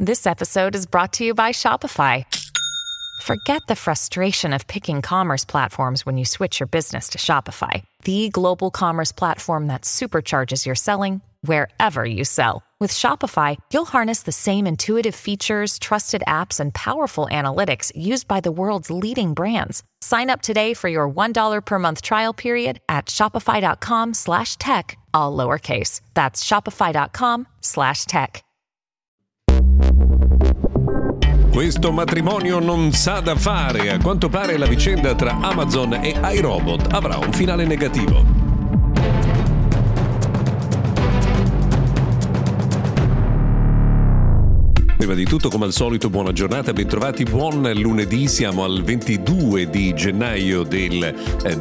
This episode is brought to you by Shopify. Forget the frustration of picking commerce platforms when you switch your business to Shopify, the global commerce platform that supercharges your selling wherever you sell. With Shopify, you'll harness the same intuitive features, trusted apps, and powerful analytics used by the world's leading brands. Sign up today for your $1 per month trial period at shopify.com/tech, all lowercase. That's shopify.com/tech. Questo matrimonio non sa da fare. A quanto pare la vicenda tra Amazon e iRobot avrà un finale negativo. Prima di tutto, come al solito, buona giornata, bentrovati, buon lunedì, siamo al 22 di gennaio del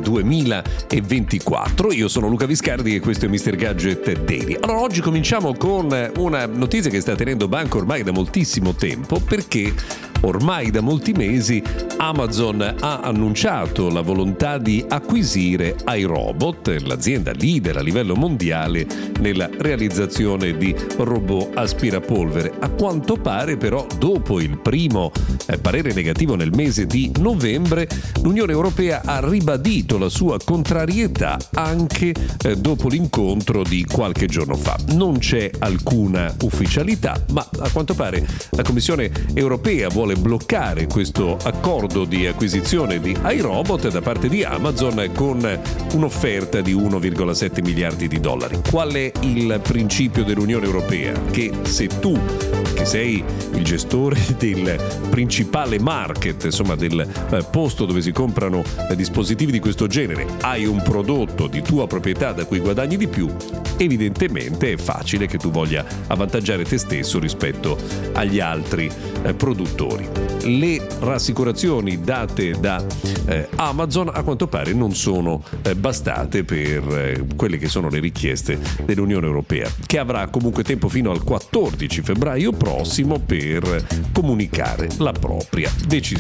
2024. Io sono Luca Viscardi e questo è Mr. Gadget Daily. Allora, oggi cominciamo con una notizia che sta tenendo banco ormai da moltissimo tempo, perché ormai da molti mesi Amazon ha annunciato la volontà di acquisire iRobot, l'azienda leader a livello mondiale nella realizzazione di robot aspirapolvere. A quanto pare però, dopo il primo parere negativo nel mese di novembre, l'Unione Europea ha ribadito la sua contrarietà anche dopo l'incontro di qualche giorno fa. Non c'è alcuna ufficialità, ma a quanto pare la Commissione Europea vuole bloccare questo accordo di acquisizione di iRobot da parte di Amazon con un'offerta di 1,7 miliardi di dollari. Qual è il principio dell'Unione Europea? Che se tu, che sei il gestore del principale market, insomma del posto dove si comprano dispositivi di questo genere, hai un prodotto di tua proprietà da cui guadagni di più, evidentemente è facile che tu voglia avvantaggiare te stesso rispetto agli altri produttori. Le rassicurazioni date da Amazon a quanto pare non sono bastate per quelle che sono le richieste dell'Unione Europea, che avrà comunque tempo fino al 14 febbraio prossimo per comunicare la propria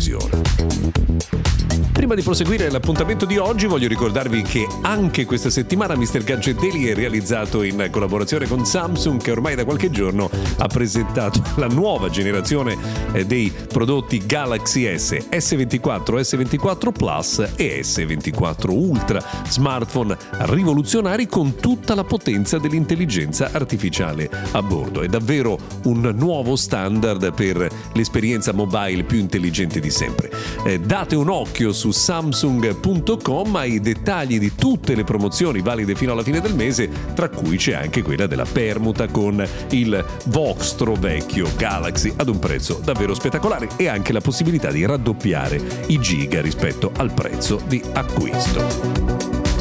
decisione. Prima di proseguire l'appuntamento di oggi, voglio ricordarvi che anche questa settimana Mr. Gadget Daily è realizzato in collaborazione con Samsung, che ormai da qualche giorno ha presentato la nuova generazione dei prodotti Galaxy S24, S24 Plus e S24 Ultra, smartphone rivoluzionari con tutta la potenza dell'intelligenza artificiale a bordo. È davvero un nuovo standard per l'esperienza mobile più intelligente di sempre. Date un occhio su Samsung.com ai dettagli di tutte le promozioni valide fino alla fine del mese, tra cui c'è anche quella della permuta con il vostro vecchio Galaxy ad un prezzo davvero spettacolare e anche la possibilità di raddoppiare i giga rispetto al prezzo di acquisto.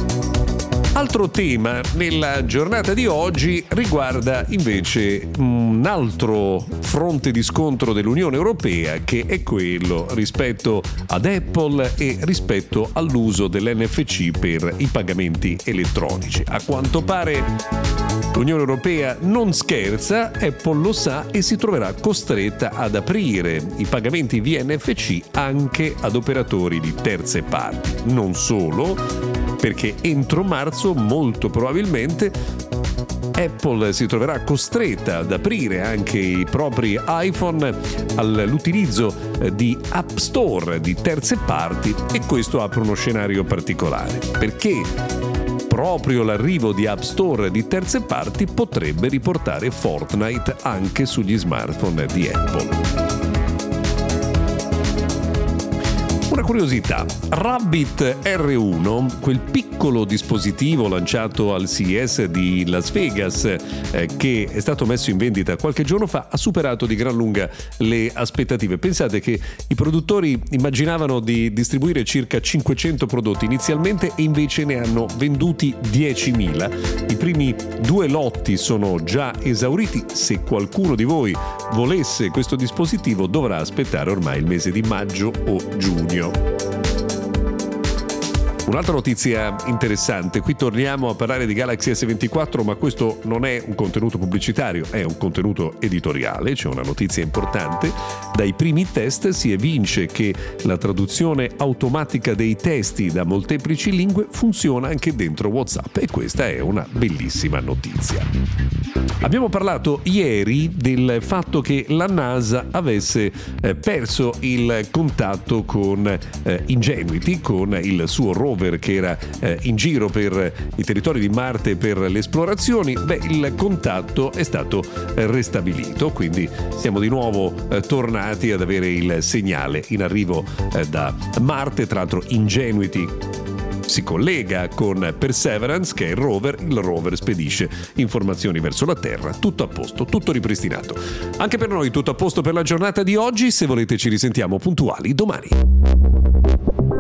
Altro tema nella giornata di oggi riguarda invece un altro fronte di scontro dell'Unione Europea, che è quello rispetto ad Apple e rispetto all'uso dell'NFC per i pagamenti elettronici. A quanto pare l'Unione Europea non scherza, Apple lo sa e si troverà costretta ad aprire i pagamenti via NFC anche ad operatori di terze parti. Non solo, perché entro marzo molto probabilmente Apple si troverà costretta ad aprire anche i propri iPhone all'utilizzo di App Store di terze parti, e questo apre uno scenario particolare, perché proprio l'arrivo di App Store di terze parti potrebbe riportare Fortnite anche sugli smartphone di Apple. Una curiosità, Rabbit R1, quel piccolo dispositivo lanciato al CES di Las Vegas che è stato messo in vendita qualche giorno fa, ha superato di gran lunga le aspettative. Pensate che i produttori immaginavano di distribuire circa 500 prodotti inizialmente e invece ne hanno venduti 10.000. I primi 2 lotti sono già esauriti. Se qualcuno di voi volesse questo dispositivo dovrà aspettare ormai il mese di maggio o giugno. Un'altra notizia interessante, qui torniamo a parlare di Galaxy S24, ma questo non è un contenuto pubblicitario, è un contenuto editoriale. C'è una notizia importante: dai primi test si evince che la traduzione automatica dei testi da molteplici lingue funziona anche dentro WhatsApp, e questa è una bellissima notizia. Abbiamo parlato ieri del fatto che la NASA avesse perso il contatto con Ingenuity, con il suo rover che era in giro per i territori di Marte per le esplorazioni. Il contatto è stato restabilito, quindi siamo di nuovo tornati ad avere il segnale in arrivo da Marte. Tra l'altro Ingenuity si collega con Perseverance, che è il rover spedisce informazioni verso la Terra. Tutto a posto, tutto ripristinato. Anche per noi tutto a posto per la giornata di oggi. Se volete ci risentiamo puntuali domani.